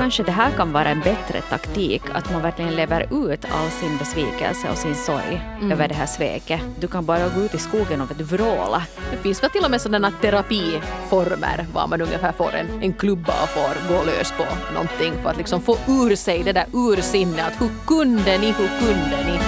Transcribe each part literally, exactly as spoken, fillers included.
kanske det här kan vara en bättre taktik, att man verkligen lever ut all sin besvikelse och sin sorg mm. över det här sveket. Du kan bara gå ut i skogen och vråla. Det finns väl till och med sådana terapiformer var man ungefär får en, en klubba och får gå lös på någonting för att liksom få ur sig det där ursinne att hur kunde ni, hur kunde ni?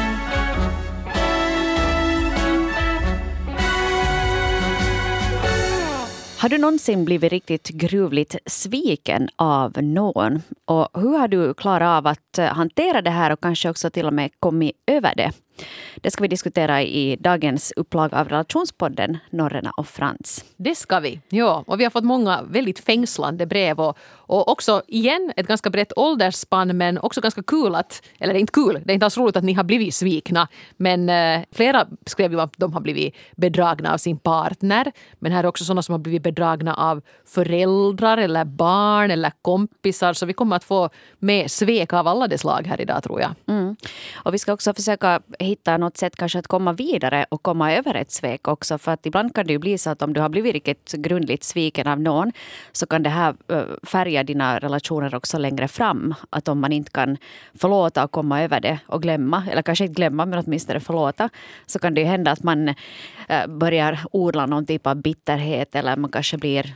Har du någonsin blivit riktigt gruvligt sviken av någon? Och hur har du klarat av att hantera det här och kanske också till och med kommit över det? Det ska vi diskutera i dagens upplag av Relationspodden Norrena och Frans. Det ska vi, ja. Och vi har fått många väldigt fängslande brev och, och också igen ett ganska brett åldersspann, men också ganska kul att, eller det är inte kul, det är inte alls roligt att ni har blivit svikna, men eh, flera skrev ju att de har blivit bedragna av sin partner, men här är också sådana som har blivit bedragna av föräldrar eller barn eller kompisar, så vi kommer att få med svek av alla dess slag här idag, tror jag. Mm. Och vi ska också försöka hitta något sätt kanske att komma vidare och komma över ett svek också. För att ibland kan det ju bli så att om du har blivit riktigt grundligt sviken av någon, så kan det här färga dina relationer också längre fram. Att om man inte kan förlåta och komma över det och glömma, eller kanske inte glömma men åtminstone förlåta, så kan det ju hända att man börjar odla någon typ av bitterhet, eller man kanske blir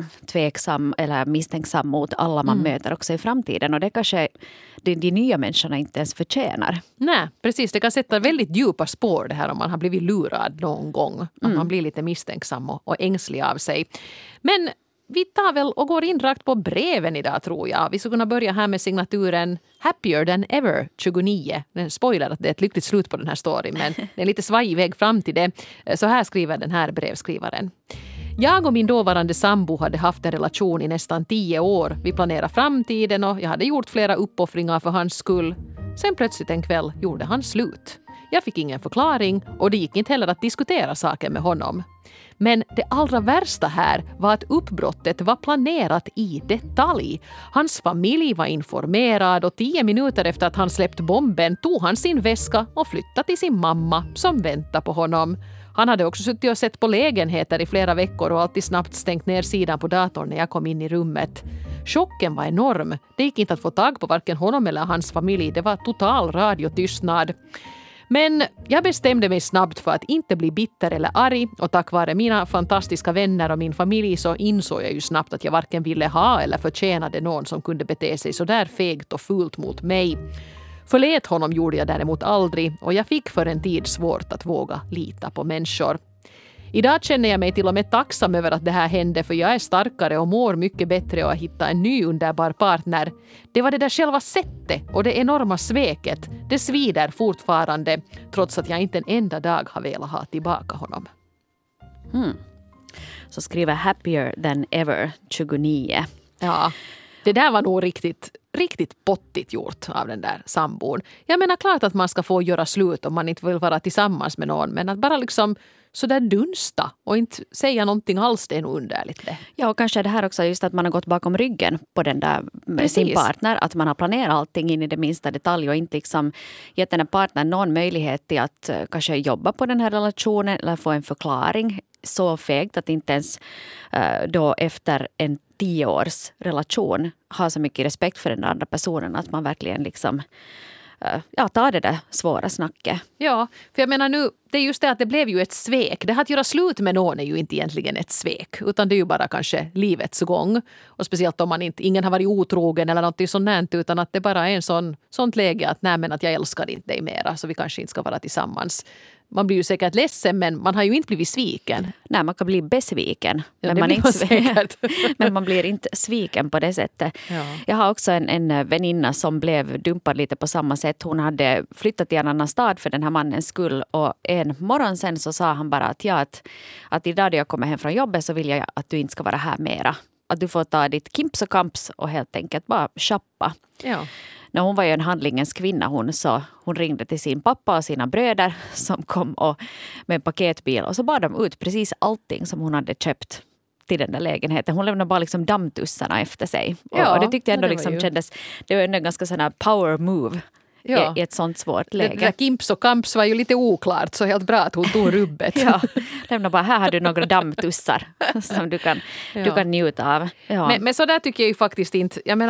tveksam eller misstänksam mot alla man mm. möter också i framtiden. Och det kanske de, de nya människorna inte ens förtjänar. Nej, precis. Det kan sätta väldigt djupa spår det här om man har blivit lurad någon gång. Att mm. man blir lite misstänksam och, och ängslig av sig. Men vi tar väl och går in rakt på breven idag, tror jag. Vi ska kunna börja här med signaturen Happier than ever tjugonio. Den spoilar att det är ett lyckligt slut på den här storyn, men det är en lite svajig väg fram till det. Så här skriver den här brevskrivaren. Jag och min dåvarande sambo hade haft en relation i nästan tio år. Vi planerade framtiden och jag hade gjort flera uppoffringar för hans skull. Sen plötsligt en kväll gjorde han slut. Jag fick ingen förklaring och det gick inte heller att diskutera saker med honom. Men det allra värsta här var att uppbrottet var planerat i detalj. Hans familj var informerad och tio minuter efter att han släppt bomben tog han sin väska och flyttade till sin mamma som väntade på honom. Han hade också suttit och sett på lägenheter i flera veckor och alltid snabbt stängt ner sidan på datorn när jag kom in i rummet. Chocken var enorm. Det gick inte att få tag på varken honom eller hans familj. Det var total radiotystnad. Men jag bestämde mig snabbt för att inte bli bitter eller arg, och tack vare mina fantastiska vänner och min familj så insåg jag ju snabbt att jag varken ville ha eller förtjänade någon som kunde bete sig så där fegt och fult mot mig. Förlät honom gjorde jag däremot aldrig, och jag fick för en tid svårt att våga lita på människor. Idag känner jag mig till och med tacksam över att det här hände, för jag är starkare och mår mycket bättre och har hittat en ny underbar partner. Det var det där själva sättet och det enorma sveket. Det svider fortfarande, trots att jag inte en enda dag har velat ha tillbaka honom. Mm. Så skriver Happier than ever tjugonio. Ja, det där var nog riktigt, riktigt pottigt gjort av den där sambon. Jag menar klart att man ska få göra slut om man inte vill vara tillsammans med någon, men att bara liksom så där dunsta och inte säga någonting alls, det är nog underligt det. Ja, och kanske det här också just att man har gått bakom ryggen på den där med sin partner, att man har planerat allting in i det minsta detalj och inte liksom gett den här partnern någon möjlighet till att uh, kanske jobba på den här relationen eller få en förklaring. Så fegt att inte ens uh, då efter en tio års relation ha så mycket respekt för den andra personen att man verkligen liksom ja, ta det där svåra snacket. Ja, för jag menar nu, det är just det att det blev ju ett svek. Det att göra slut med någon är ju inte egentligen ett svek, utan det är ju bara kanske livets gång. Och speciellt om man inte, ingen har varit otrogen eller något sånt, utan att det bara är en sån, sånt läge att nej, men att jag älskar inte dig mera, så vi kanske inte ska vara tillsammans. Man blir ju säkert ledsen, men man har ju inte blivit sviken. Nej, man kan bli besviken. Ja, men, man inte säkert. men man blir inte sviken på det sättet. Ja. Jag har också en, en väninna som blev dumpad lite på samma sätt. Hon hade flyttat till en annan stad för den här mannens skull. Och en morgon sen så sa han bara att, ja, att, att idag då jag kommer hem från jobbet så vill jag att du inte ska vara här mera. Att du får ta ditt kimps och kamps och helt enkelt bara shoppa. Ja. När hon var ju en handlingens kvinna, hon, så hon ringde till sin pappa och sina bröder som kom och, med en paketbil, och så bad de ut precis allting som hon hade köpt till den där lägenheten. Hon lämnade bara liksom dammtussarna efter sig. Ja, och, och det tyckte jag ändå det liksom ju. kändes, det var ändå en ganska sån här power move. Ja. I ett sånt svårt läge. Det där kimps och kamps var ju lite oklart, så helt bra att hon tog rubbet. Ja, lämna bara, här har du några dammtussar som du kan, ja. du kan njuta av. Ja. Men, men så där tycker jag ju faktiskt inte, jag menar,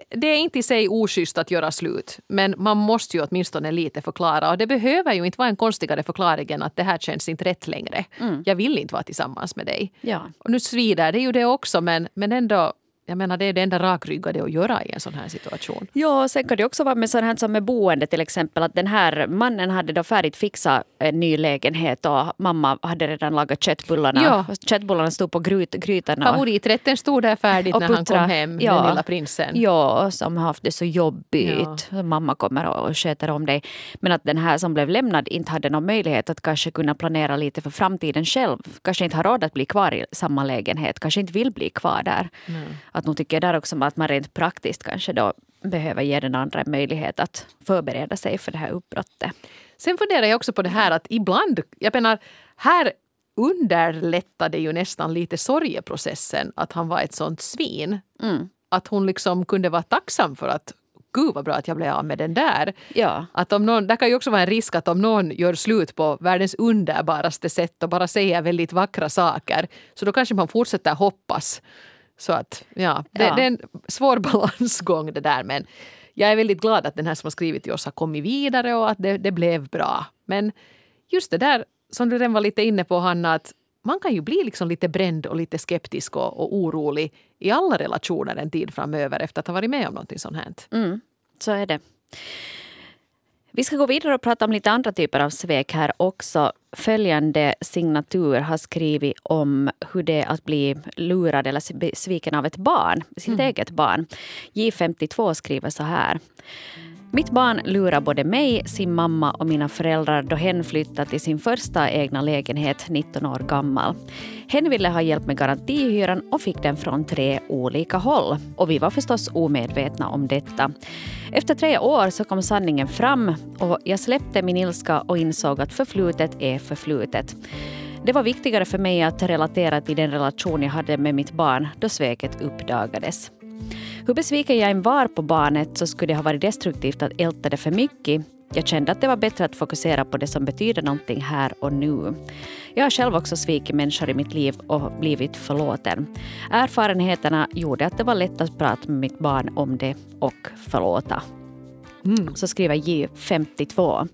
det är inte i sig oschysst att göra slut. Men man måste ju åtminstone lite förklara. Och det behöver ju inte vara en konstigare förklaring än att det här känns inte rätt längre. Mm. Jag vill inte vara tillsammans med dig. Ja. Och nu svider det är ju det också, men, men ändå... Jag menar, det är det enda rakryggade att göra i en sån här situation. Ja, sen kan det också vara med sån här som med boende till exempel. Att den här mannen hade då färdigt fixat en ny lägenhet och mamma hade redan lagat köttbullarna. Ja. Köttbullarna stod på gryt, grytan. Favoriträtten stod där färdigt när han kom hem, ja. den lilla prinsen. Ja, som har haft det så jobbigt. Ja. Mamma kommer och sköter om dig. Men att den här som blev lämnad inte hade någon möjlighet att kanske kunna planera lite för framtiden själv. Kanske inte har råd att bli kvar i samma lägenhet. Kanske inte vill bli kvar där. Mm. Att nog tycker jag där också att man rent praktiskt kanske då behöver ge den andra en möjlighet att förbereda sig för det här uppbrottet. Sen funderar jag också på det här att ibland, jag menar, här underlättade ju nästan lite sorgeprocessen att han var ett sånt svin. Mm. Att hon liksom kunde vara tacksam för att gud vad bra att jag blev av med den där. Ja. Att om någon, där kan ju också vara en risk att om någon gör slut på världens underbaraste sätt och bara säger väldigt vackra saker, så då kanske man fortsätter hoppas. Så att, ja, det, ja. det är en svår balansgång det där, men jag är väldigt glad att den här som har skrivit till oss har kommit vidare och att det, det blev bra. Men just det där som du redan var lite inne på, Hanna, att man kan ju bli liksom lite bränd och lite skeptisk och, och orolig i alla relationer en tid framöver efter att ha varit med om någonting sånt här. Mm, så är det. Vi ska gå vidare och prata om lite andra typer av svek här också. Följande signatur har skrivit om hur det är att bli lurad eller sviken av ett barn, sitt mm. eget barn. J femtiotvå skriver så här. Mitt barn lurar både mig, sin mamma och mina föräldrar då hen flyttat till sin första egna lägenhet nitton år gammal. Hen ville ha hjälp med garantihyran och fick den från tre olika håll. Och vi var förstås omedvetna om detta. Efter tre år så kom sanningen fram och jag släppte min ilska och insåg att förflutet är förflutet. Det var viktigare för mig att relatera till den relation jag hade med mitt barn då sveket uppdagades. Hur besviken jag än var på barnet så skulle det ha varit destruktivt att älta det för mycket. Jag kände att det var bättre att fokusera på det som betyder någonting här och nu. Jag har själv också svikit människor i mitt liv och blivit förlåten. Erfarenheterna gjorde att det var lätt att prata med mitt barn om det och förlåta. Mm. Så skriver J femtiotvå.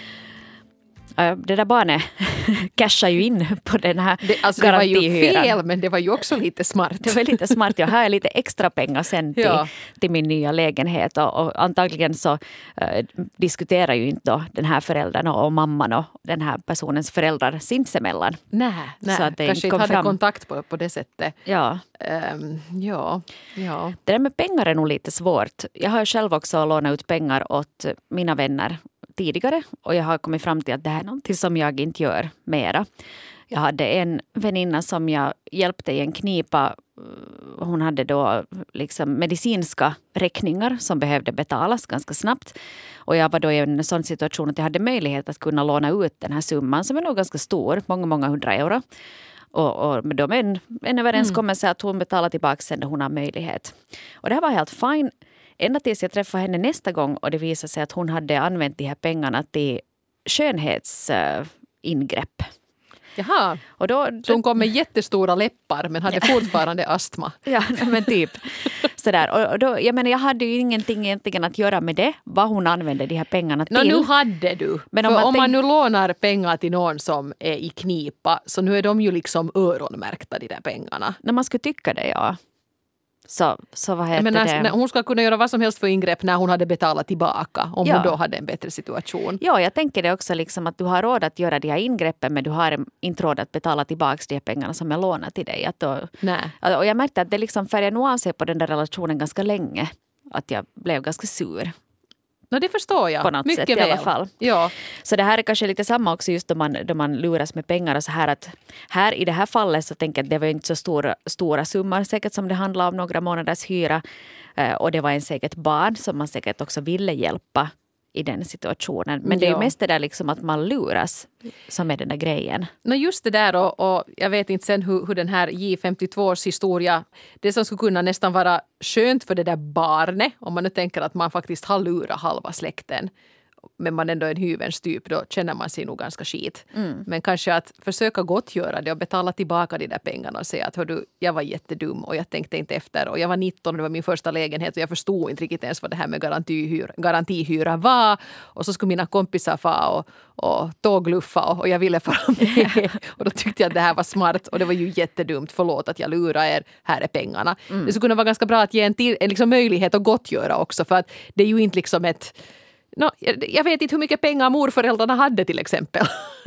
Det där barnet cashar ju in på den här det, alltså garantihyran. Det var ju fel, men det var ju också lite smart. Det var lite smart. Jag har lite extra pengar sen till, ja. till min nya lägenhet. Och, och antagligen så uh, diskuterar ju inte då den här föräldern och, och mamman och den här personens föräldrar sinsemellan. Nej, nej. Så att det kanske inte hade fram. kontakt på, på det sättet. Ja. Um, ja, ja. Det där med pengar är nog lite svårt. Jag har själv också lånat ut pengar åt mina vänner tidigare och jag har kommit fram till att det här är någonting som jag inte gör mera. Jag hade en väninna som jag hjälpte i en knipa. Hon hade då liksom medicinska räkningar som behövde betalas ganska snabbt. Och jag var då i en sån situation att jag hade möjlighet att kunna låna ut den här summan som är nog ganska stor, många, många hundra euro. Och, och med dem en, en överenskommelse mm. att hon betalar tillbaka sen när hon har möjlighet. Och det här var helt fine. Ända tills jag träffade henne nästa gång och det visade sig att hon hade använt de här pengarna till skönhetsingrepp. Jaha, och då, så hon kom med jättestora läppar men hade fortfarande astma. Ja, men typ. Sådär. Och, och då, jag menar, jag hade ju ingenting egentligen att göra med det, vad hon använde de här pengarna till. Nå, nu hade du. Men om, man, om man nu lånar pengar till någon som är i knipa så nu är de ju liksom öronmärkta de där pengarna. När man skulle tycka det, ja. Så, så vad heter men det? När hon ska kunna göra vad som helst för ingrepp när hon hade betalat tillbaka om ja. hon då hade en bättre situation. Ja, jag tänker det också liksom att du har råd att göra de här ingreppen men du har inte råd att betala tillbaka de här pengarna som jag lånar till dig. Att då, Nej. Och jag märkte att det liksom färgade nog av sig på den där relationen ganska länge. Att jag blev ganska sur. No, det förstår jag. På något Mycket sätt väl. i alla fall. Ja. Så det här är kanske lite samma också just då man, då man luras med pengar och så här att här i det här fallet så tänker jag att det var inte så stora, stora summor säkert som det handlar om några månaders hyra eh, och det var en säkert barn som man säkert också ville hjälpa i den situationen. Men det är ju mest det där liksom att man luras som är den där grejen. No, just det där och, och jag vet inte sen hur, hur den här J femtiotvås historia, det som skulle kunna nästan vara skönt för det där barnet om man nu tänker att man faktiskt har lurat halva släkten. men man ändå är en hyvens typ, då känner man sig nog ganska skit. Mm. Men kanske att försöka gottgöra det och betala tillbaka de där pengarna och säga att hör du, jag var jättedum och jag tänkte inte efter och jag var nitton och det var min första lägenhet och jag förstod inte riktigt ens vad det här med garantihyra, garantihyra var. Och så skulle mina kompisar få och, och tågluffa och, och jag ville fara med. Och då tyckte jag att det här var smart och det var ju jättedumt. Förlåt att jag lurar er, här är pengarna. Mm. Det skulle kunna vara ganska bra att ge en, till, en liksom möjlighet att gottgöra också, för att det är ju inte liksom ett... No, jag vet inte hur mycket pengar morföräldrarna hade till exempel.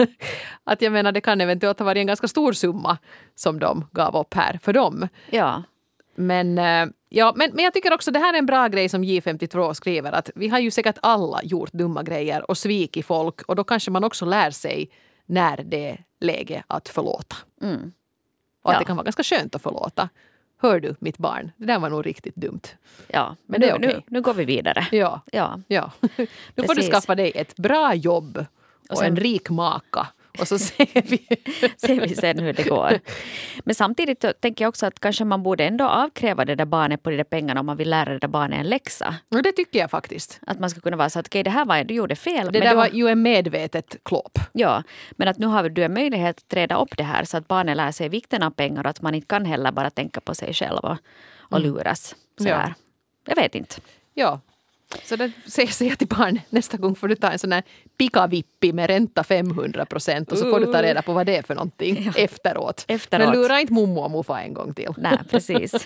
Att jag menar, det kan eventuellt ha varit en ganska stor summa som de gav upp här för dem. Ja. Men, ja, men, men jag tycker också det här är en bra grej som J femtiotvå skriver, att vi har ju säkert alla gjort dumma grejer och svikit folk, och då kanske man också lär sig när det är läge att förlåta. Mm. Och att Ja. det kan vara ganska skönt att förlåta. Hör du, mitt barn, det där var nog riktigt dumt. Ja, men, Men det är nu, okej. nu, nu går vi vidare. Ja, Ja. ja. Nu får du Precis. skaffa dig ett bra jobb och, Och sen- en rik maka. Och så ser vi. Ser vi sen hur det går. Men samtidigt så tänker jag också att kanske man borde ändå avkräva det där barnet på de där pengarna om man vill lära det där barnet en läxa. Och det tycker jag faktiskt. Att man ska kunna vara så att okej, det här var, du gjorde fel. Det men där då- var ju en medvetet klåp. Ja, men att nu har du en möjlighet att träda upp det här så att barnet lär sig vikten av pengar och att man inte kan heller bara tänka på sig själv och, och luras. Så Ja. här. Jag vet inte. Ja. Så det säger jag till barn, nästa gång får du ta en sån här pikavippi med ränta femhundra procent och så får du ta reda på vad det är för någonting Ja. efteråt. Efteråt. Men lura inte mommo och muffa en gång till. Nej, precis.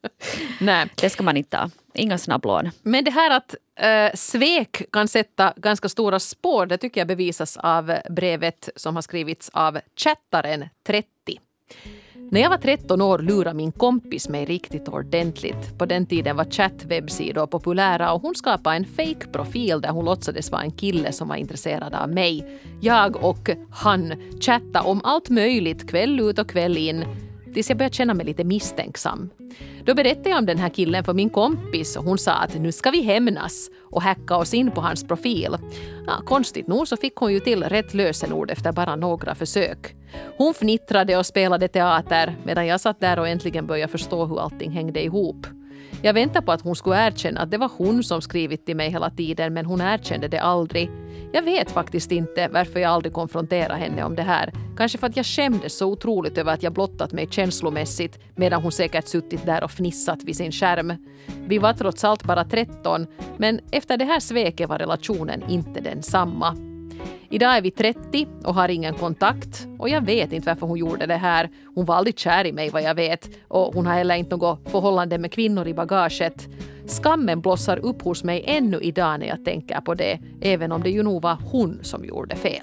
Nej. Det ska man inte ta. Inga snabblån. Men det här att äh, svek kan sätta ganska stora spår, det tycker jag bevisas av brevet som har skrivits av chattaren trettio. När jag var tretton år lurade min kompis mig riktigt ordentligt. På den tiden var chattwebbsidor populära och hon skapade en fake-profil där hon låtsades vara en kille som var intresserad av mig. Jag och han chattade om allt möjligt kväll ut och kväll in tills jag började känna mig lite misstänksam. Då berättade jag om den här killen för min kompis och hon sa att nu ska vi hämnas och hacka oss in på hans profil. Ja, konstigt nog så fick hon ju till rätt lösenord efter bara några försök. Hon fnittrade och spelade teater medan jag satt där och äntligen började förstå hur allting hängde ihop. Jag väntade på att hon skulle erkänna att det var hon som skrivit till mig hela tiden, men hon erkände det aldrig. Jag vet faktiskt inte varför jag aldrig konfronterade henne om det här. Kanske för att jag skämdes så otroligt över att jag blottat mig känslomässigt medan hon säkert suttit där och fnissat vid sin skärm. Vi var trots allt bara tretton, men efter det här sveket var relationen inte densamma. Idag är vi trettio och har ingen kontakt och jag vet inte varför hon gjorde det här. Hon var aldrig kär i mig vad jag vet och hon har heller inte något förhållande med kvinnor i bagaget. Skammen blossar upp hos mig ännu idag när jag tänker på det, även om det ju nog var hon som gjorde fel.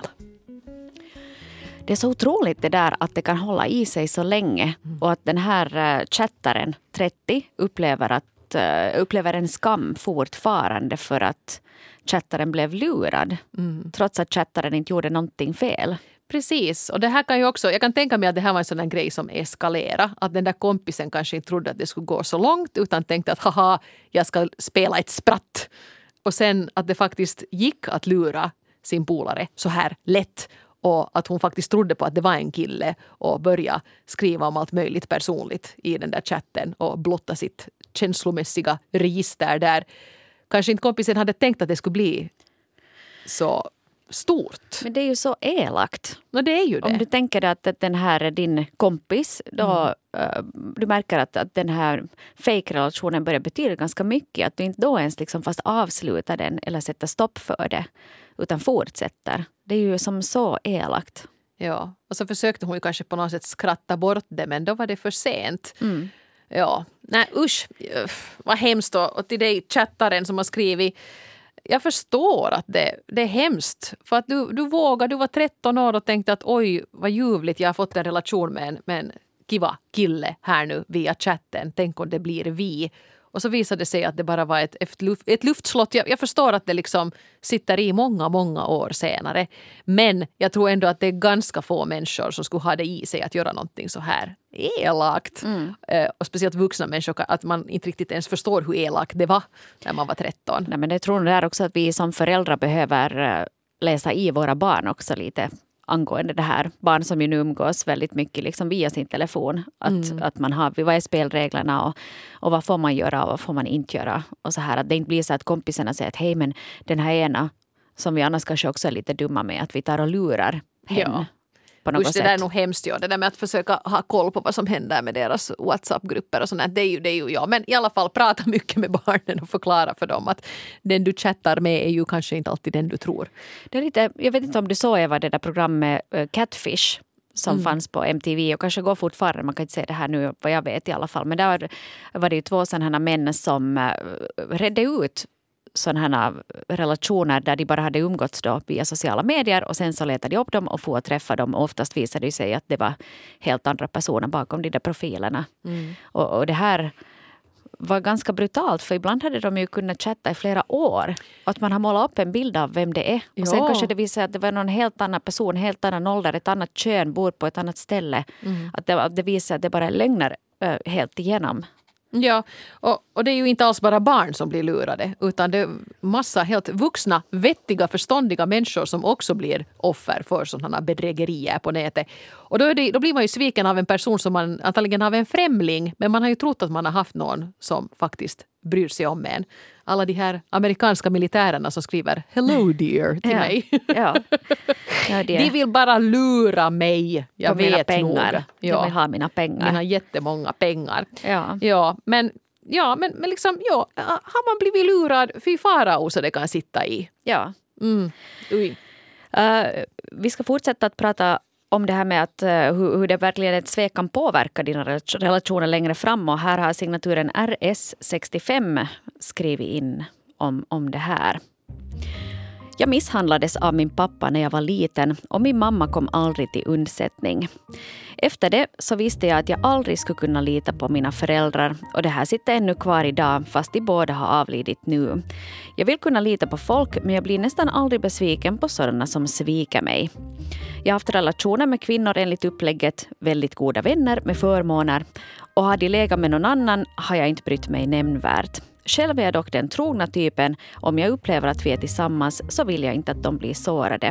Det är så otroligt det där att det kan hålla i sig så länge och att den här uh, chattaren trettio upplever, att, uh, upplever en skam fortfarande för att chattaren blev lurad. Mm. Trots att chattaren inte gjorde någonting fel. Precis, och det här kan ju också, jag kan tänka mig att det här var en sån där grej som eskalerade. Att den där kompisen kanske inte trodde att det skulle gå så långt utan tänkte att haha, jag ska spela ett spratt. Och sen att det faktiskt gick att lura sin polare så här lätt. Och att hon faktiskt trodde på att det var en kille och började skriva om allt möjligt personligt i den där chatten och blotta sitt känslomässiga register där. Kanske inte kompisen hade tänkt att det skulle bli så stort. Men det är ju så elakt. No, det är ju det. Om du tänker dig att den här är din kompis, då mm. uh, du märker att, att den här fake-relationen börjar betyda ganska mycket. Att du inte då ens liksom fast avslutar den eller sätter stopp för det, utan fortsätter. Det är ju som så elakt. Ja, och så försökte hon ju kanske på något sätt skratta bort det, men då var det för sent. Mm. Ja, nej usch, vad hemskt då. Och till dig chattaren som har skrivit, jag förstår att det, det är hemskt. För att du, du vågade, du var tretton år och tänkte att oj, vad ljuvligt, jag har fått en relation med en, med en kiva kille här nu via chatten. Tänk om det blir vi. Och så visade det sig att det bara var ett, ett, luft, ett luftslott. Jag, jag förstår att det liksom sitter i många, många år senare. Men jag tror ändå att det är ganska få människor som skulle ha det i sig att göra någonting så här elakt. Mm. Uh, och speciellt vuxna människor, att man inte riktigt ens förstår hur elakt det var när man var tretton. Nej, men jag tror där också att vi som föräldrar behöver läsa i våra barn också lite angående det här. Barn som ju nu umgås väldigt mycket liksom via sin telefon. Att, mm. att man har, vad är spelreglerna och, och vad får man göra och vad får man inte göra. Och så här att det inte blir så att kompisarna säger att hej, men den här ena som vi annars kanske också är lite dumma med, att vi tar och lurar hen. Ja. På något Usch, det sätt. där är nog hemskt, ja. Det där med att försöka ha koll på vad som händer med deras WhatsApp-grupper och sånt. Det är ju, det är ju ja. Men i alla fall prata mycket med barnen och förklara för dem att den du chattar med är ju kanske inte alltid den du tror. Det är lite, jag vet inte om du såg, Eva, det där programmet uh, Catfish som mm. fanns på M T V och kanske går fortfarande, man kan inte säga det här nu vad jag vet i alla fall, men där var det ju två sådana män som uh, redde ut sådana här relationer där de bara hade umgåtts då via sociala medier och sen så letade de upp dem och få träffa dem och oftast visade det sig att det var helt andra personer bakom de där profilerna. Mm. Och, och det här var ganska brutalt, för ibland hade de ju kunnat chatta i flera år. Och att man har målat upp en bild av vem det är. Och ja. sen kanske det visar sig att det var någon helt annan person, helt annan ålder, ett annat kön, bor på ett annat ställe. Mm. Att, det, att det visar att det bara är lögner äh, helt igenom. Ja, och, och det är ju inte alls bara barn som blir lurade, utan det är massa helt vuxna, vettiga, förståndiga människor som också blir offer för sådana bedrägerier på nätet. Och då, är det, då blir man ju sviken av en person som man antagligen har en främling, men man har ju trott att man har haft någon som faktiskt bryr sig om en. Alla de här amerikanska militärerna som skriver hello dear till ja. mig. Ja. Ja, det. De vill bara lura mig. Jag på mina vet pengar. nog. Ja. De vill ha mina pengar. De har jättemånga pengar. Ja. Ja, men, ja, men, men liksom, ja, har man blivit lurad, fy farao så det kan sitta i. Ja. Mm. Ui. Uh, vi ska fortsätta att prata om det här med att, uh, hur, hur det verkligen ett svek kan påverka dina relationer längre fram. Och här har signaturen R S sextiofem skrivit in om, om det här. Jag misshandlades av min pappa när jag var liten och min mamma kom aldrig till undsättning. Efter det så visste jag att jag aldrig skulle kunna lita på mina föräldrar och det här sitter ännu kvar idag fast de båda har avlidit nu. Jag vill kunna lita på folk men jag blir nästan aldrig besviken på sådana som sviker mig. Jag har haft relationer med kvinnor enligt upplägget, väldigt goda vänner med förmåner och har de legat med någon annan har jag inte brytt mig nämnvärt. Själv är jag dock den trogna typen. Om jag upplever att vi är tillsammans så vill jag inte att de blir sårade.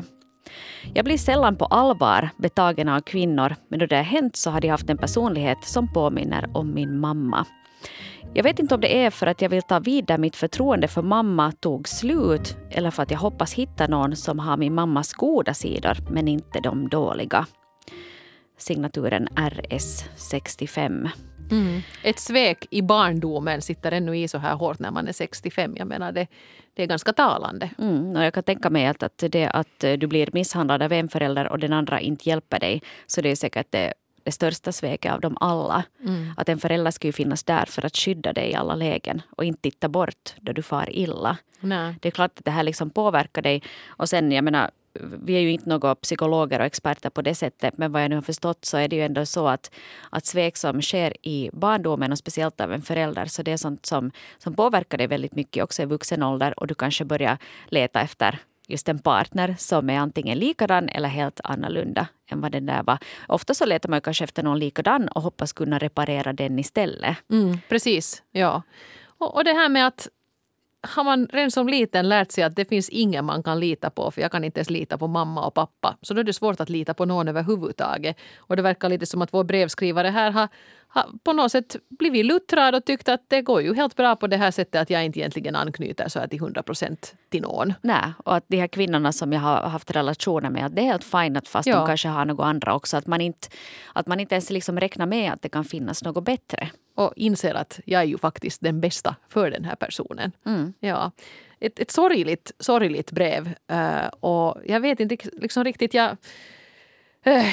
Jag blir sällan på allvar betagen av kvinnor, men då det har hänt så har de haft en personlighet som påminner om min mamma. Jag vet inte om det är för att jag vill ta vidare mitt förtroende för mamma tog slut eller för att jag hoppas hitta någon som har min mammas goda sidor men inte de dåliga. Signaturen R S sextiofem. Mm. Ett svek i barndomen sitter ännu i så här hårt när man är sextiofem. Jag menar det, det är ganska talande. Mm, och jag kan tänka mig att, att, det, att du blir misshandlad av en förälder och den andra inte hjälper dig. Så det är säkert det, det största sveket av dem alla. Mm. Att en förälder ska ju finnas där för att skydda dig i alla lägen. Och inte titta bort då du far illa. Nej. Det är klart att det här liksom påverkar dig. Och sen, jag menar, vi är ju inte några psykologer och experter på det sättet, men vad jag nu har förstått så är det ju ändå så att, att svek som sker i barndomen och speciellt av en förälder, så det är sånt som, som påverkar dig väldigt mycket också i vuxen ålder och du kanske börjar leta efter just en partner som är antingen likadan eller helt annorlunda än vad den där var. Ofta så letar man kanske efter någon likadan och hoppas kunna reparera den istället. Mm, precis, ja. Och, och det här med att har man redan som liten lärt sig att det finns ingen man kan lita på, för jag kan inte ens lita på mamma och pappa, så då är det svårt att lita på någon överhuvudtaget. Och det verkar lite som att vår brevskrivare här har, har på något sätt blivit luttrad och tyckt att det går ju helt bra på det här sättet att jag inte egentligen anknyter så här till hundra procent till någon. Nej, och att de här kvinnorna som jag har haft relationer med, att det är helt fint att fast ja. de kanske har något andra också, att man inte, att man inte ens liksom räknar med att det kan finnas något bättre. Och inser att jag är ju faktiskt den bästa för den här personen. Mm. Ja. Ett, ett sorgligt, sorgligt brev. Uh, och jag vet inte liksom riktigt, jag, uh,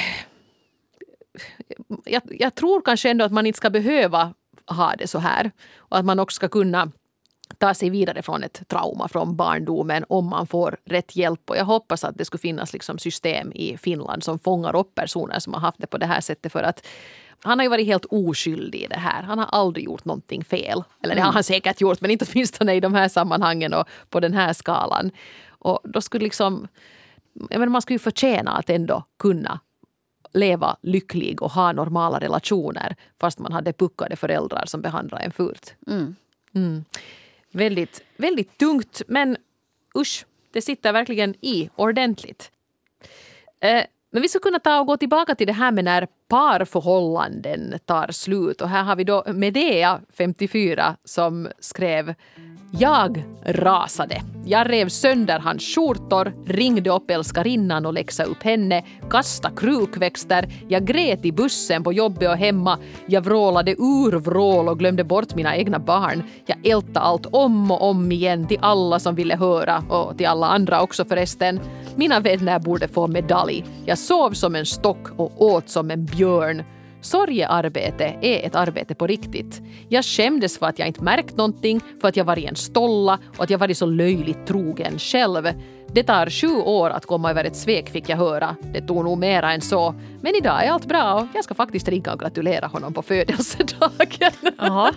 jag... Jag tror kanske ändå att man inte ska behöva ha det så här. Och att man också ska kunna ta sig vidare från ett trauma från barndomen om man får rätt hjälp. Och jag hoppas att det skulle finnas liksom system i Finland som fångar upp personer som har haft det på det här sättet, för att han har ju varit helt oskyldig i det här. Han har aldrig gjort någonting fel. Eller det har han säkert gjort, men inte åtminstone i de här sammanhangen och på den här skalan. Och då skulle liksom, jag menar, man skulle ju förtjäna att ändå kunna leva lycklig och ha normala relationer fast man hade puckade föräldrar som behandlar en fult. Mm. Mm. Väldigt, väldigt tungt, men usch, det sitter verkligen i ordentligt. Eh, Men vi ska kunna ta och gå tillbaka till det här med när parförhållanden tar slut. Och här har vi då Medea, femtiofyra, som skrev: jag rasade. Jag rev sönder hans skjortor, ringde upp älskarinnan och läxade upp henne, kastade krukväxter, jag grät i bussen på jobbet och hemma, jag vrålade ur vrål och glömde bort mina egna barn. Jag ältade allt om och om igen till alla som ville höra och till alla andra också förresten. Mina vänner borde få medalj. Jag sov som en stock och åt som en björn. Sorgearbete är ett arbete på riktigt. Jag skämdes för att jag inte märkt någonting, för att jag var i en stolla och att jag var så löjligt trogen själv. Det tar sju år att komma över ett svek, fick jag höra. Det tog nog mera än så. Men idag är allt bra och jag ska faktiskt ringa och gratulera honom på födelsedagen. Jaha.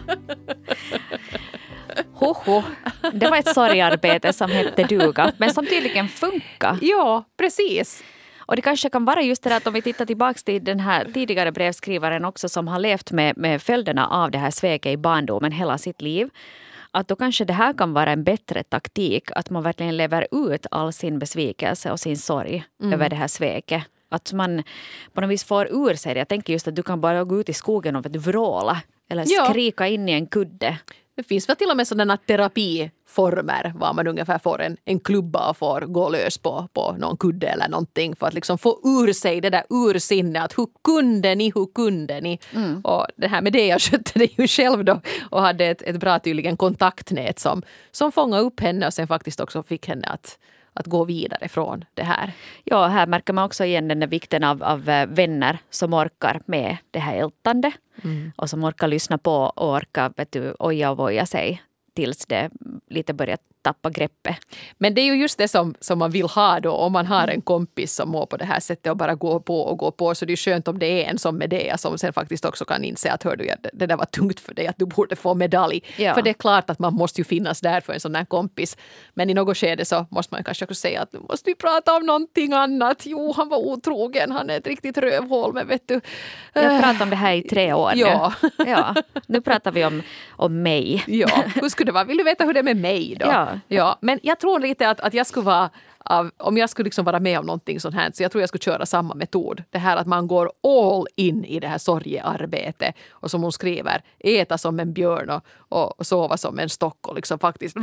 Hoho. Det var ett sorgarbete som hette duga, men som tydligen funkar. Ja, precis. Och det kanske kan vara just det där att om vi tittar tillbaka till den här tidigare brevskrivaren också som har levt med, med följderna av det här sveket i barndomen hela sitt liv. Att då kanske det här kan vara en bättre taktik. Att man verkligen lever ut all sin besvikelse och sin sorg mm. över det här sveket. Att man på något vis får ur sig det. Jag tänker just att du kan bara gå ut i skogen och vråla. Eller skrika ja. in i en kudde. Det finns väl till och med sådana terapiformer var man ungefär får en, en klubba och får gå lös på, på någon kudde eller någonting för att liksom få ur sig det där ursinne att hur kunde ni, hur kunde ni? Mm. Och det här med det jag skötte det ju själv då och hade ett, ett bra tydligen kontaktnät som, som fångade upp henne och sen faktiskt också fick henne att att gå vidare från det här. Ja, här märker man också igen den där vikten av, av vänner som orkar med det här ältande. Mm. Och som orkar lyssna på och orkar vet du, oja och voja sig tills det lite börjar tappa greppet. Men det är ju just det som, som man vill ha då. Om man har en kompis som mår på det här sättet och bara går på och går på. Så det är skönt om det är en som Medea som sen faktiskt också kan inse att hör du, det där var tungt för dig att du borde få medalj. Ja. För det är klart att man måste ju finnas där för en sån här kompis. Men i något skede så måste man kanske också säga att nu måste vi prata om någonting annat. Jo, han var otrogen. Han är ett riktigt rövhål. Men vet du... Jag har pratat om det här i tre år ja. nu. Ja. Nu pratar vi om, om mig. Ja, hur skulle det vara? Vill du veta hur det är med mig då? Ja. Ja, men jag tror lite att, att jag skulle vara, av, om jag skulle liksom vara med om någonting sånt här, så jag tror jag skulle köra samma metod. Det här att man går all in i det här sorgearbetet och som hon skriver, äta som en björn och, och sova som en stock och liksom faktiskt.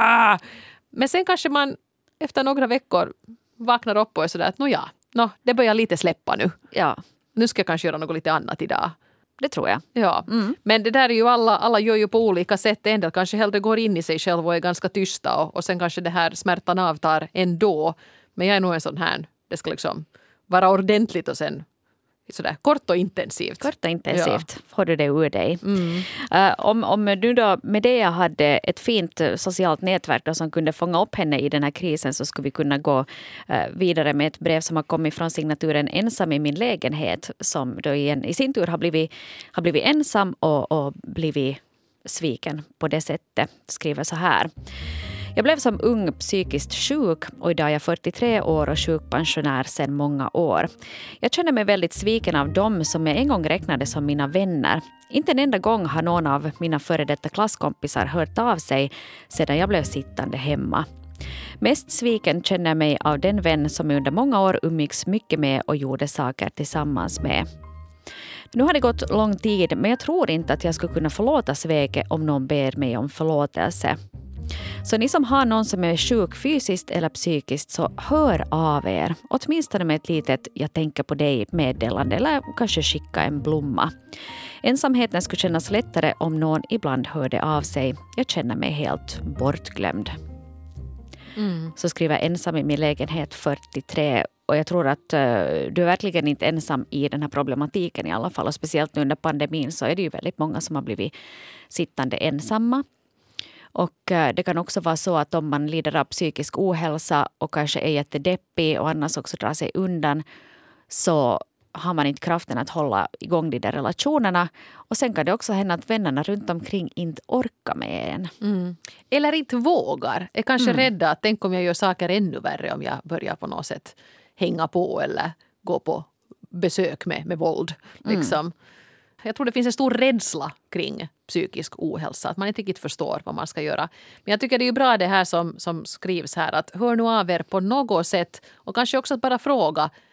Men sen kanske man efter några veckor vaknar upp och är sådär att no ja, no, det börjar lite släppa nu. Ja. Nu ska jag kanske göra något lite annat idag. Det tror jag. Ja, mm. Men det där är ju alla, alla gör ju på olika sätt. En del kanske hellre går in i sig själv och är ganska tysta och, och sen kanske det här smärtan avtar ändå. Men jag är nog en sån här, det ska liksom vara ordentligt och sen sådär kort och intensivt. Kort och intensivt ja. Får du det ur dig. Mm. Uh, om, om du då med det hade ett fint socialt nätverk då, som kunde fånga upp henne i den här krisen så skulle vi kunna gå uh, vidare med ett brev som har kommit från signaturen ensam i min lägenhet som då igen, i sin tur har blivit, har blivit ensam och, och blivit sviken på det sättet. Skriver så här. Jag blev som ung psykiskt sjuk och idag är jag fyrtiotre år och sjukpensionär sedan många år. Jag känner mig väldigt sviken av dem som jag en gång räknade som mina vänner. Inte en enda gång har någon av mina före detta klasskompisar hört av sig sedan jag blev sittande hemma. Mest sviken känner jag mig av den vän som jag under många år umgicks mycket med och gjorde saker tillsammans med. Nu har det gått lång tid men jag tror inte att jag skulle kunna förlåta sveket om någon ber mig om förlåtelse. Så ni som har någon som är sjuk fysiskt eller psykiskt så hör av er. Åtminstone med ett litet jag tänker på dig meddelande eller kanske skicka en blomma. Ensamheten skulle kännas lättare om någon ibland hörde av sig. Jag känner mig helt bortglömd. Mm. Så skriver ensam i min lägenhet fyrtiotre. Och jag tror att uh, du är verkligen inte ensam i den här problematiken i alla fall. Och speciellt nu under pandemin så är det ju väldigt många som har blivit sittande ensamma. Och det kan också vara så att om man lider av psykisk ohälsa och kanske är jättedeppig och annars också drar sig undan så har man inte kraften att hålla igång de där relationerna. Och sen kan det också hända att vännerna runt omkring inte orkar med en. Mm. Eller inte vågar. Är kanske mm. rädda att tänk om jag gör saker ännu värre om jag börjar på något sätt hänga på eller gå på besök med, med våld. Liksom. Mm. Jag tror det finns en stor rädsla kring psykisk ohälsa. Att man inte riktigt förstår vad man ska göra. Men jag tycker det är ju bra det här som, som skrivs här. Att hör nu av er på något sätt. Och kanske också att bara fråga.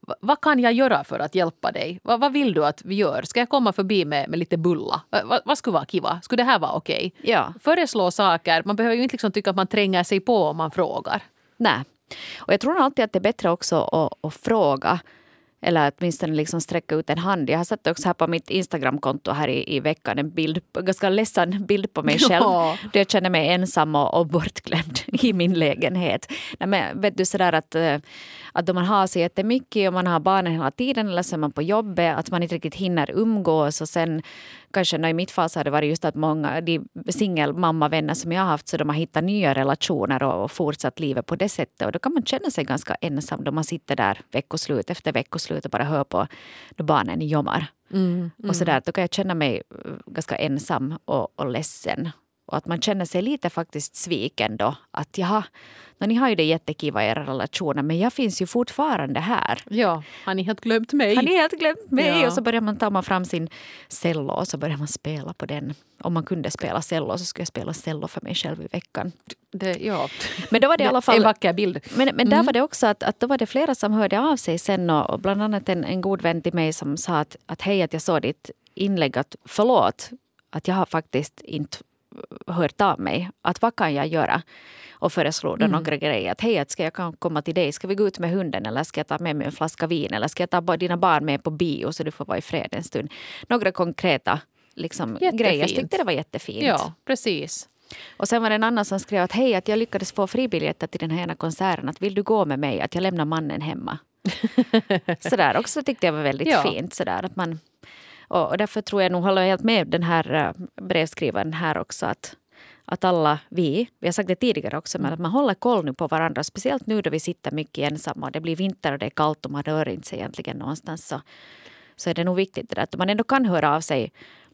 v- vad kan jag göra för att hjälpa dig? V- vad vill du att vi gör? Ska jag komma förbi med, med lite bulla? V- vad skulle vara kiva? Skulle det här vara okej? Ja. Föreslå saker. Man behöver ju inte liksom tycka att man tränger sig på om man frågar. Nej. Och jag tror alltid att det är bättre också att, att fråga. Eller åtminstone liksom sträcka ut en hand. Jag har satt också här på mitt Instagramkonto här i, i veckan en bild, ganska ledsen bild på mig själv. Ja. Där jag känner mig ensam och, och bortglömd i min lägenhet. Nej, men vet du sådär att, att om man har sig jättemycket och man har barnen hela tiden eller så är man på jobbet, att man inte riktigt hinner umgås och sen kanske i mitt fall så har det varit just att många de singelmammavänner som jag har haft så de har hittat nya relationer och, och fortsatt livet på det sättet och då kan man känna sig ganska ensam då man sitter där veckoslut efter veckoslut och bara hör på då barnen jommar. Mm, mm. Och sådär, då kan jag känna mig ganska ensam och, och ledsen. Och att man känner sig lite faktiskt sviken då. Att jaha, ni har ju det jättekiva i era relationer men jag finns ju fortfarande här. Ja, har ni helt glömt mig? Har ni helt glömt mig? Ja. Och så börjar man ta man fram sin cello och så börjar man spela på den. Om man kunde spela cello så skulle jag spela cello för mig själv i veckan. Det, ja. Men då var det i alla fall... En vacker bild. Men, men där Mm. var det också att, att då var det flera som hörde av sig sen och, och bland annat en, en god vän till mig som sa att, att hej att jag såg ditt inlägg att förlåt att jag har faktiskt inte hört av mig. Att vad kan jag göra? Och föreslog då mm. några grejer. Att hej, att ska jag komma till dig? Ska vi gå ut med hunden? Eller ska jag ta med mig en flaska vin? Eller ska jag ta dina barn med på bio så du får vara i fred en stund? Några konkreta liksom, grejer. Jag tyckte det var jättefint. Ja, precis. Och sen var det en annan som skrev att hej, att jag lyckades få fribiljetter till den här ena konserten. Att vill du gå med mig? Att jag lämnar mannen hemma. Sådär också tyckte jag var väldigt ja. fint. Sådär att man... Och, och därför tror jag nog, håller jag helt med den här brevskrivaren här också att, att alla vi, vi har sagt det tidigare också, men att man håller koll nu på varandra. Speciellt nu då vi sitter mycket ensamma och det blir vinter och det är kallt och man rör inte sig egentligen någonstans. Så, så är det nog viktigt det där, att man ändå kan höra av sig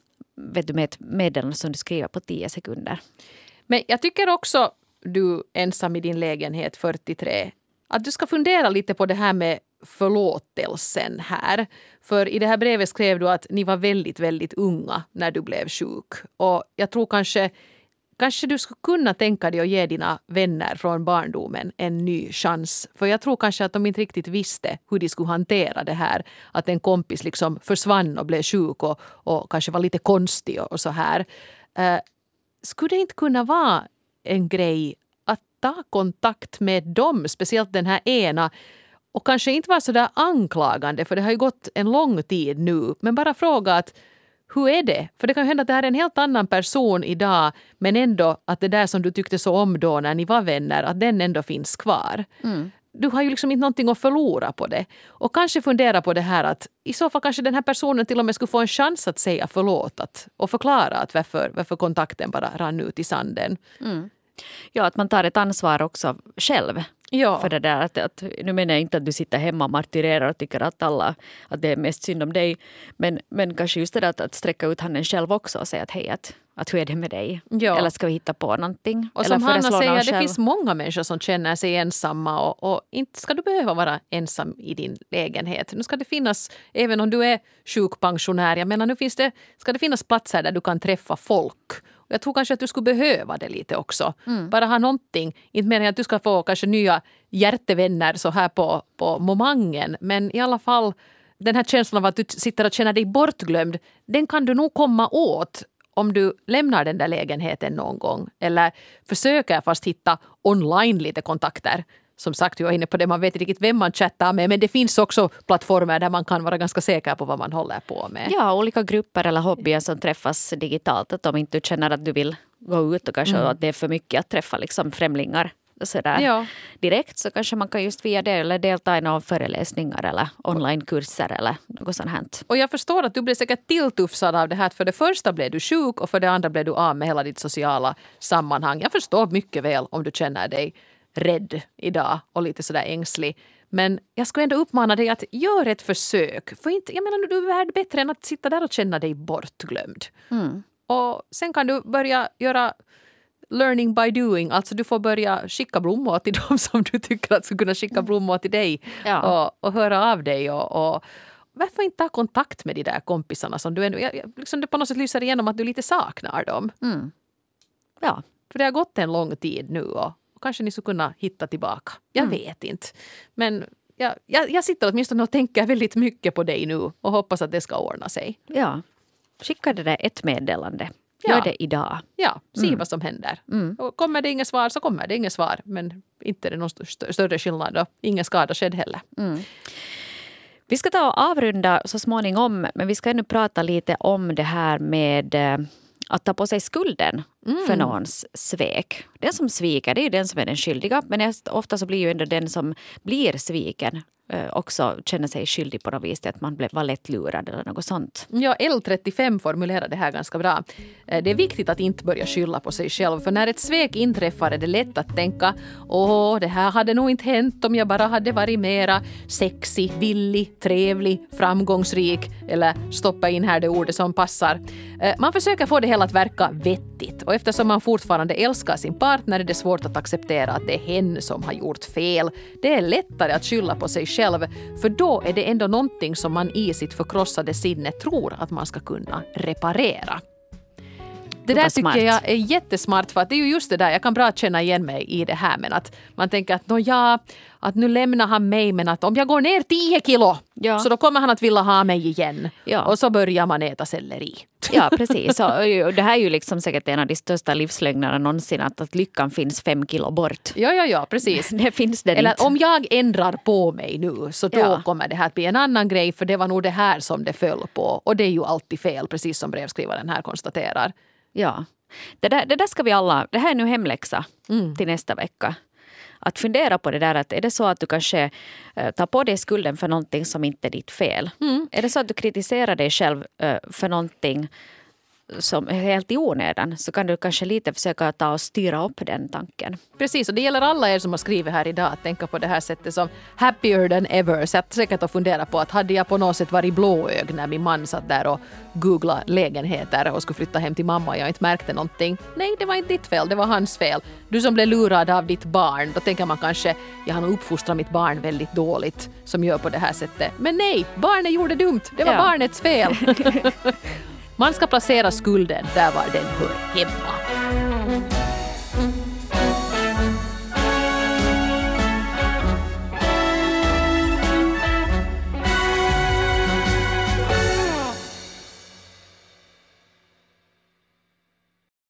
vet du, med ett meddelande som du skriver på tio sekunder. Men jag tycker också, du ensam i din lägenhet fyrtiotre, att du ska fundera lite på det här med förlåtelsen här. För i det här brevet skrev du att ni var väldigt, väldigt unga när du blev sjuk. Och jag tror kanske, kanske du skulle kunna tänka dig att ge dina vänner från barndomen en ny chans. För jag tror kanske att de inte riktigt visste hur de skulle hantera det här. Att en kompis liksom försvann och blev sjuk och, och kanske var lite konstig och så här. Uh, skulle det inte kunna vara en grej att ta kontakt med dem, speciellt den här ena, och kanske inte vara så där anklagande, för det har ju gått en lång tid nu. Men bara fråga att hur är det? För det kan hända att det här är en helt annan person idag, men ändå att det där som du tyckte så om då när ni var vänner, att den ändå finns kvar. Mm. Du har ju liksom inte någonting att förlora på det. Och kanske fundera på det här att i så fall kanske den här personen till och med skulle få en chans att säga förlåt att, och förklara att varför, varför kontakten bara rann ut i sanden. Mm. Ja, att man tar ett ansvar också själv. Ja. För det där att, att, nu menar jag inte att du sitter hemma och martyrerar och tycker att alla, att det är mest synd om dig. Men, men kanske just det där att, att sträcka ut handen själv också och säga att hej, att, att hur är det med dig? Ja. Eller ska vi hitta på någonting? Och eller som Hanna säger, det finns många människor som känner sig ensamma och, och inte ska du behöva vara ensam i din lägenhet. Nu ska det finnas, även om du är sjukpensionär, jag menar nu finns det, ska det finnas platser där du kan träffa folk. Jag tror kanske att du skulle behöva det lite också. Mm. Bara ha någonting. Inte menar jag att du ska få kanske nya hjärtevänner så här på, på momangen. Men i alla fall den här känslan av att du sitter och känner dig bortglömd. Den kan du nog komma åt om du lämnar den där lägenheten någon gång. Eller försöker fast hitta online lite kontakter. Som sagt, jag är inne på det, man vet inte riktigt vem man chattar med, men det finns också plattformar där man kan vara ganska säker på vad man håller på med. Ja, olika grupper eller hobbyer som träffas digitalt. Att om inte du känner att du vill gå ut och kanske mm. att det är för mycket att träffa liksom främlingar så där ja. direkt, så kanske man kan just via det eller delta i några föreläsningar eller onlinekurser eller något sånt här. Och jag förstår att du blir säkert tilltufsad av det här. För det första blev du sjuk och för det andra blev du av med hela ditt sociala sammanhang. Jag förstår mycket väl om du känner dig rädd idag och lite sådär ängslig. Men jag skulle ändå uppmana dig att göra ett försök. För inte, jag menar, du är värd bättre än att sitta där och känna dig bortglömd. Mm. Och sen kan du börja göra learning by doing. Alltså du får börja skicka blommor till dem som du tycker att ska kunna skicka blommor till dig. Ja. Och, och höra av dig. Och, och varför inte ta kontakt med de där kompisarna som du ändå, jag, liksom det på något sätt lyser igenom att du lite saknar dem. Mm. Ja. För det har gått en lång tid nu och kanske ni skulle kunna hitta tillbaka. Jag mm. vet inte. Men jag, jag, jag sitter åtminstone och tänker väldigt mycket på dig nu och hoppas att det ska ordna sig. Ja, skicka det där ett meddelande. Gör Ja. det idag. Ja, se Mm. vad som händer. Mm. Och kommer det inget svar så kommer det inget svar. Men inte är det någon st- större skillnad då. Ingen skada skedd heller. Mm. Vi ska ta och avrunda så småningom, men vi ska nu prata lite om det här med eh, att ta på sig skulden Mm. för någons svek. Den som sviker, det är ju den som är den skyldiga, men ofta så blir ju ändå den som blir sviken eh, också känner sig skyldig på något vis, att man blev, var lätt lurad eller något sånt. Ja, L trettiofem formulerar det här ganska bra. Eh, Det är viktigt att inte börja skylla på sig själv. För när ett svek inträffar är det lätt att tänka åh, det här hade nog inte hänt om jag bara hade varit mera sexig, villig, trevlig, framgångsrik. Eller stoppa in här det ordet som passar. Eh, Man försöker få det hela att verka vettigt. Och eftersom man fortfarande älskar sin partner är det svårt att acceptera att det är hen som har gjort fel. Det är lättare att skylla på sig själv. För då är det ändå någonting som man i sitt förkrossade sinne tror att man ska kunna reparera. Det där tycker smart. jag är jättesmart, för att det är ju just det där, jag kan bra känna igen mig i det här, men att man tänker att, nå ja, att nu lämnar han mig, men att om jag går ner tio kilo Ja. så då kommer han att vilja ha mig igen. Ja. Och så börjar man äta selleri. Ja, precis. Och det här är ju liksom säkert en av de största livslögnerna någonsin, att, att lyckan finns fem kilo bort. Ja, ja, ja, precis. Det finns det Eller inte. om jag ändrar på mig nu så då Ja. kommer det här att bli en annan grej, för det var nog det här som det föll på. Och det är ju alltid fel, precis som brevskrivaren här konstaterar. Ja, det där, det där ska vi alla, det här är nu hemläxa Mm. till nästa vecka. Att fundera på det där, att är det så att du kanske eh, tar på dig skulden för någonting som inte är ditt fel? Mm. Är det så att du kritiserar dig själv eh, för någonting som är helt i onödan, så kan du kanske lite försöka ta och styra upp den tanken. Precis, och det gäller alla er som har skrivit här idag att tänka på det här sättet som happier than ever. Så att säkert att fundera på att hade jag på något sätt varit blåögd när min man satt där och googlade lägenheter och skulle flytta hem till mamma och jag inte märkte någonting. Nej, det var inte ditt fel, det var hans fel. Du som blev lurad av ditt barn, då tänker man kanske jag har nog uppfostrat mitt barn väldigt dåligt som gör på det här sättet. Men nej, barnet gjorde dumt, det var Ja. barnets fel. Man ska placera skulden där var den hör hemma.